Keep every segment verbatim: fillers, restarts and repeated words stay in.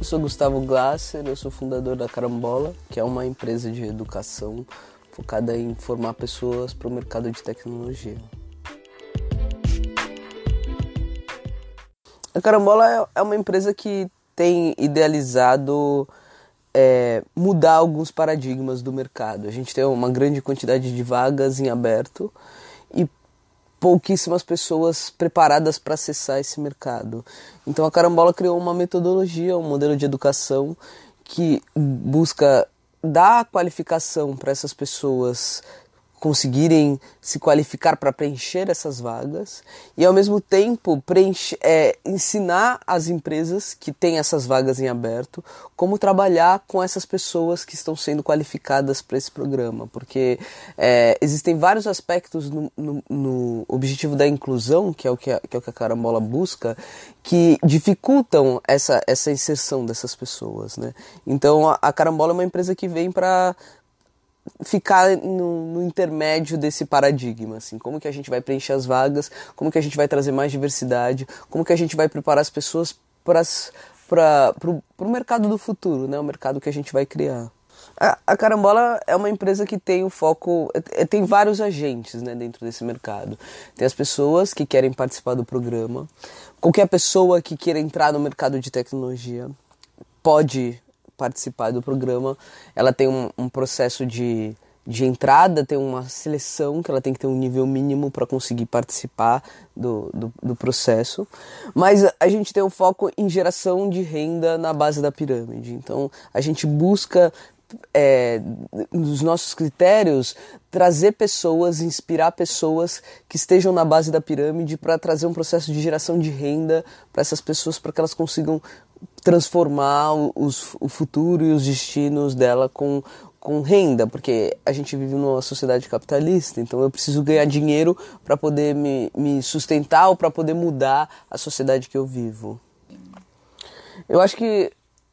Eu sou Gustavo Glasser, eu sou fundador da Carambola, que é uma empresa de educação focada em formar pessoas para o mercado de tecnologia. A Carambola é uma empresa que tem idealizado é, mudar alguns paradigmas do mercado. A gente tem uma grande quantidade de vagas em aberto e pouquíssimas pessoas preparadas para acessar esse mercado. Então a Carambola criou uma metodologia, um modelo de educação que busca dar qualificação para essas pessoas conseguirem se qualificar para preencher essas vagas e ao mesmo tempo preencher, é, ensinar as empresas que têm essas vagas em aberto como trabalhar com essas pessoas que estão sendo qualificadas para esse programa, porque é, existem vários aspectos no, no, no objetivo da inclusão, que é o que a, que é o que a Carambola busca, que dificultam essa, essa inserção dessas pessoas, né? Então a, a Carambola é uma empresa que vem para ficar no, no intermédio desse paradigma, assim, como que a gente vai preencher as vagas, como que a gente vai trazer mais diversidade, como que a gente vai preparar as pessoas para o mercado do futuro, né, o mercado que a gente vai criar. A, a Carambola é uma empresa que tem o foco, é, tem vários agentes, né, dentro desse mercado. Tem as pessoas que querem participar do programa, qualquer pessoa que queira entrar no mercado de tecnologia pode participar do programa. Ela tem um, um processo de, de entrada, tem uma seleção que ela tem que ter um nível mínimo para conseguir participar do, do, do processo, mas a gente tem um foco em geração de renda na base da pirâmide. Então a gente busca, é, nos nossos critérios, trazer pessoas, inspirar pessoas que estejam na base da pirâmide para trazer um processo de geração de renda para essas pessoas, para que elas consigam transformar os, o futuro e os destinos dela com, com renda, porque a gente vive numa sociedade capitalista, então eu preciso ganhar dinheiro para poder me, me sustentar ou para poder mudar a sociedade que eu vivo. Eu acho que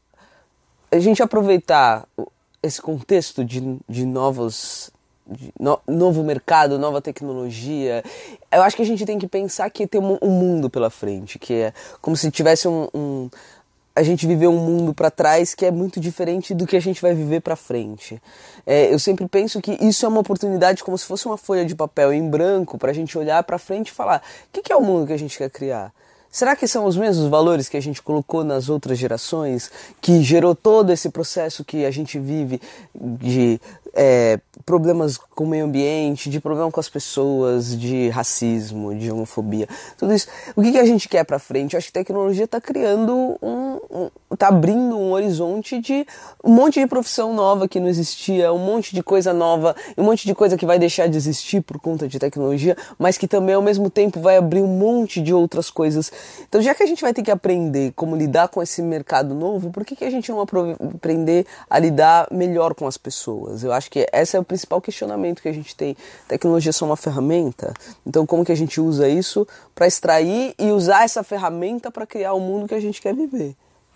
a gente aproveitar esse contexto de, de novos... De no, novo mercado, nova tecnologia, eu acho que a gente tem que pensar que tem um, um mundo pela frente, que é como se tivesse um... um a gente viver um mundo para trás que é muito diferente do que a gente vai viver para frente. É, eu sempre penso que isso é uma oportunidade, como se fosse uma folha de papel em branco, para a gente olhar para frente e falar: o que, que é o mundo que a gente quer criar? Será que são os mesmos valores que a gente colocou nas outras gerações, que gerou todo esse processo que a gente vive de é, problemas com o meio ambiente, de problema com as pessoas, de racismo, de homofobia, tudo isso? O que, que a gente quer pra frente? Eu acho que a tecnologia está criando um, um, está abrindo um horizonte de um monte de profissão nova que não existia, um monte de coisa nova, um monte de coisa que vai deixar de existir por conta de tecnologia, mas que também ao mesmo tempo vai abrir um monte de outras coisas. Então, já que a gente vai ter que aprender como lidar com esse mercado novo, por que, que a gente não aprender a lidar melhor com as pessoas? Eu acho que esse é o principal questionamento que a gente tem. Tecnologia é só uma ferramenta? Então, como que a gente usa isso para extrair e usar essa ferramenta para criar o mundo que a gente quer viver?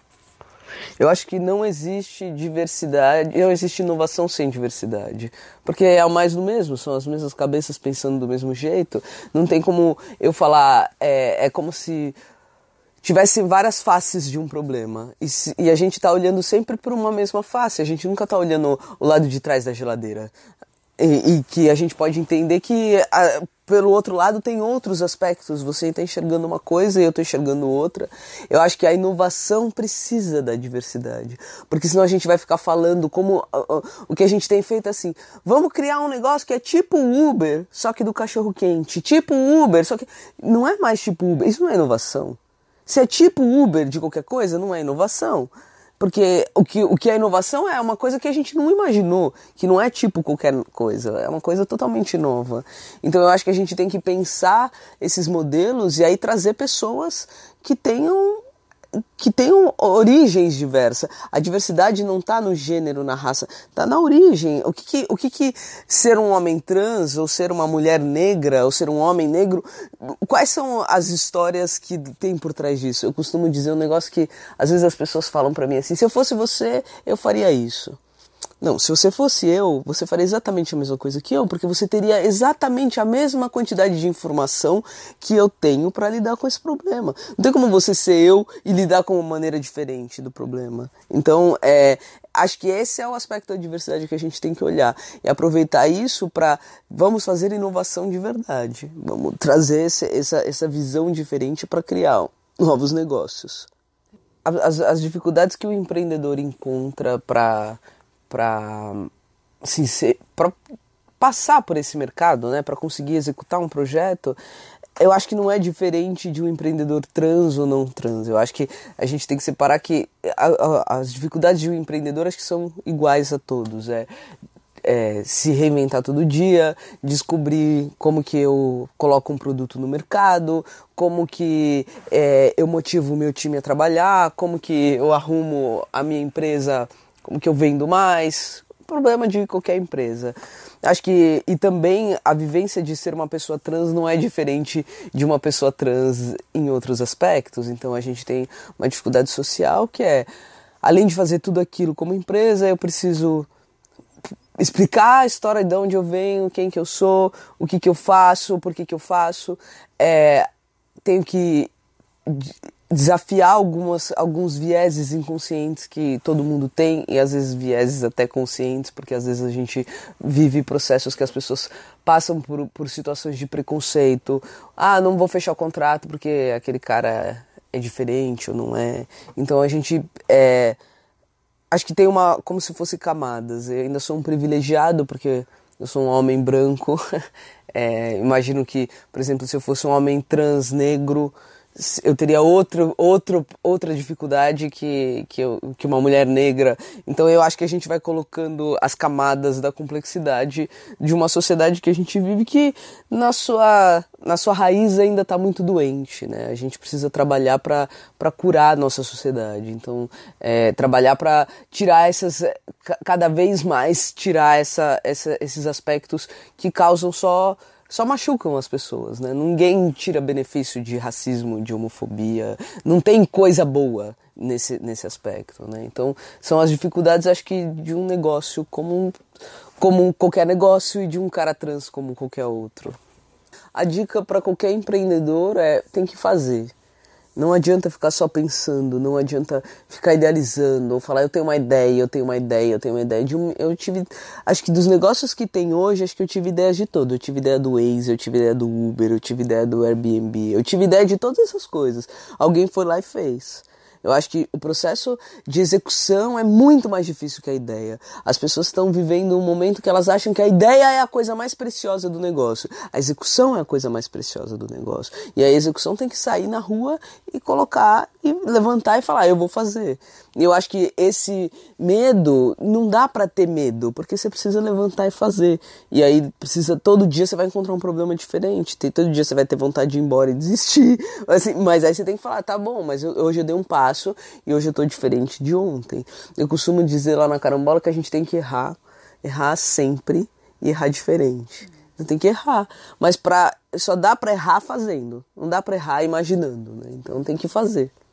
Eu acho que não existe diversidade, não existe inovação sem diversidade, porque é o mais do mesmo, são as mesmas cabeças pensando do mesmo jeito. Não tem como eu falar, é, é como se tivessem várias faces de um problema, e, se, e a gente está olhando sempre por uma mesma face, a gente nunca está olhando o lado de trás da geladeira. E, e que a gente pode entender que a, pelo outro lado tem outros aspectos, você está enxergando uma coisa e eu estou enxergando outra. Eu acho que a inovação precisa da diversidade, porque senão a gente vai ficar falando como uh, uh, o que a gente tem feito assim: vamos criar um negócio que é tipo Uber, só que do cachorro quente, tipo Uber, só que não é mais tipo Uber. Isso não é inovação. Se é tipo Uber de qualquer coisa, não é inovação. Porque o que, o que é inovação é uma coisa que a gente não imaginou, que não é tipo qualquer coisa, é uma coisa totalmente nova. Então eu acho que a gente tem que pensar esses modelos e aí trazer pessoas que tenham, que tenham origens diversas. A diversidade não está no gênero, na raça, está na origem. O que que, o que que ser um homem trans, ou ser uma mulher negra, ou ser um homem negro, quais são as histórias que tem por trás disso? Eu costumo dizer um negócio que às vezes as pessoas falam pra mim assim: se eu fosse você, eu faria isso. Não, se você fosse eu, você faria exatamente a mesma coisa que eu, porque você teria exatamente a mesma quantidade de informação que eu tenho para lidar com esse problema. Não tem como você ser eu e lidar com uma maneira diferente do problema. Então, é, acho que esse é o aspecto da diversidade que a gente tem que olhar e aproveitar isso para vamos fazer inovação de verdade. Vamos trazer esse, essa, essa visão diferente para criar novos negócios. As, as dificuldades que o empreendedor encontra para para assim, para passar por esse mercado, né, para conseguir executar um projeto, eu acho que não é diferente de um empreendedor trans ou não trans. Eu acho que a gente tem que separar que a, a, as dificuldades de um empreendedor acho que são iguais a todos. É, é se reinventar todo dia, descobrir como que eu coloco um produto no mercado, como que é, eu motivo o meu time a trabalhar, como que eu arrumo a minha empresa, como que eu vendo mais, problema de qualquer empresa. Acho que, e também a vivência de ser uma pessoa trans não é diferente de uma pessoa trans em outros aspectos. Então a gente tem uma dificuldade social que é, além de fazer tudo aquilo como empresa, eu preciso explicar a história de onde eu venho, quem que eu sou, o que que eu faço, por que que eu faço. É, tenho que desafiar algumas, alguns vieses inconscientes que todo mundo tem, e às vezes vieses até conscientes, porque às vezes a gente vive processos que as pessoas passam por, por situações de preconceito. Ah, não vou fechar o contrato porque aquele cara é diferente ou não é. Então a gente é, acho que tem uma, como se fosse camadas. Eu ainda sou um privilegiado porque eu sou um homem branco. É, imagino que, por exemplo, se eu fosse um homem trans negro, eu teria outro, outro, outra dificuldade que, que, eu, que uma mulher negra. Então eu acho que a gente vai colocando as camadas da complexidade de uma sociedade que a gente vive que na sua, na sua raiz ainda está muito doente, né? A gente precisa trabalhar para curar a nossa sociedade. Então é, trabalhar para tirar essas, cada vez mais tirar essa, essa, esses aspectos que causam só só machucam as pessoas, né? Ninguém tira benefício de racismo, de homofobia, não tem coisa boa nesse, nesse aspecto, né? Então, são as dificuldades, acho que, de um negócio como, como qualquer negócio e de um cara trans como qualquer outro. A dica para qualquer empreendedor é, tem que fazer. Não adianta ficar só pensando, não adianta ficar idealizando, ou falar, eu tenho uma ideia, eu tenho uma ideia, eu tenho uma ideia. De um, eu tive, acho que dos negócios que tem hoje, acho que eu tive ideias de todo. Eu tive ideia do Waze, eu tive ideia do Uber, eu tive ideia do Airbnb, eu tive ideia de todas essas coisas. Alguém foi lá e fez. Eu acho que o processo de execução é muito mais difícil que a ideia. As pessoas estão vivendo um momento que elas acham que a ideia é a coisa mais preciosa do negócio. A execução é a coisa mais preciosa do negócio. E a execução tem que sair na rua e colocar, e levantar e falar, eu vou fazer. E eu acho que esse medo, não dá pra ter medo, porque você precisa levantar e fazer. E aí precisa, todo dia você vai encontrar um problema diferente. Todo dia você vai ter vontade de ir embora e desistir. Assim, mas aí você tem que falar, tá bom, mas eu, hoje eu dei um passo e hoje eu tô diferente de ontem. Eu costumo dizer lá na Carambola que a gente tem que errar, errar sempre e errar diferente. Você tem que errar, mas pra, só dá pra errar fazendo, não dá pra errar imaginando, né? Então tem que fazer.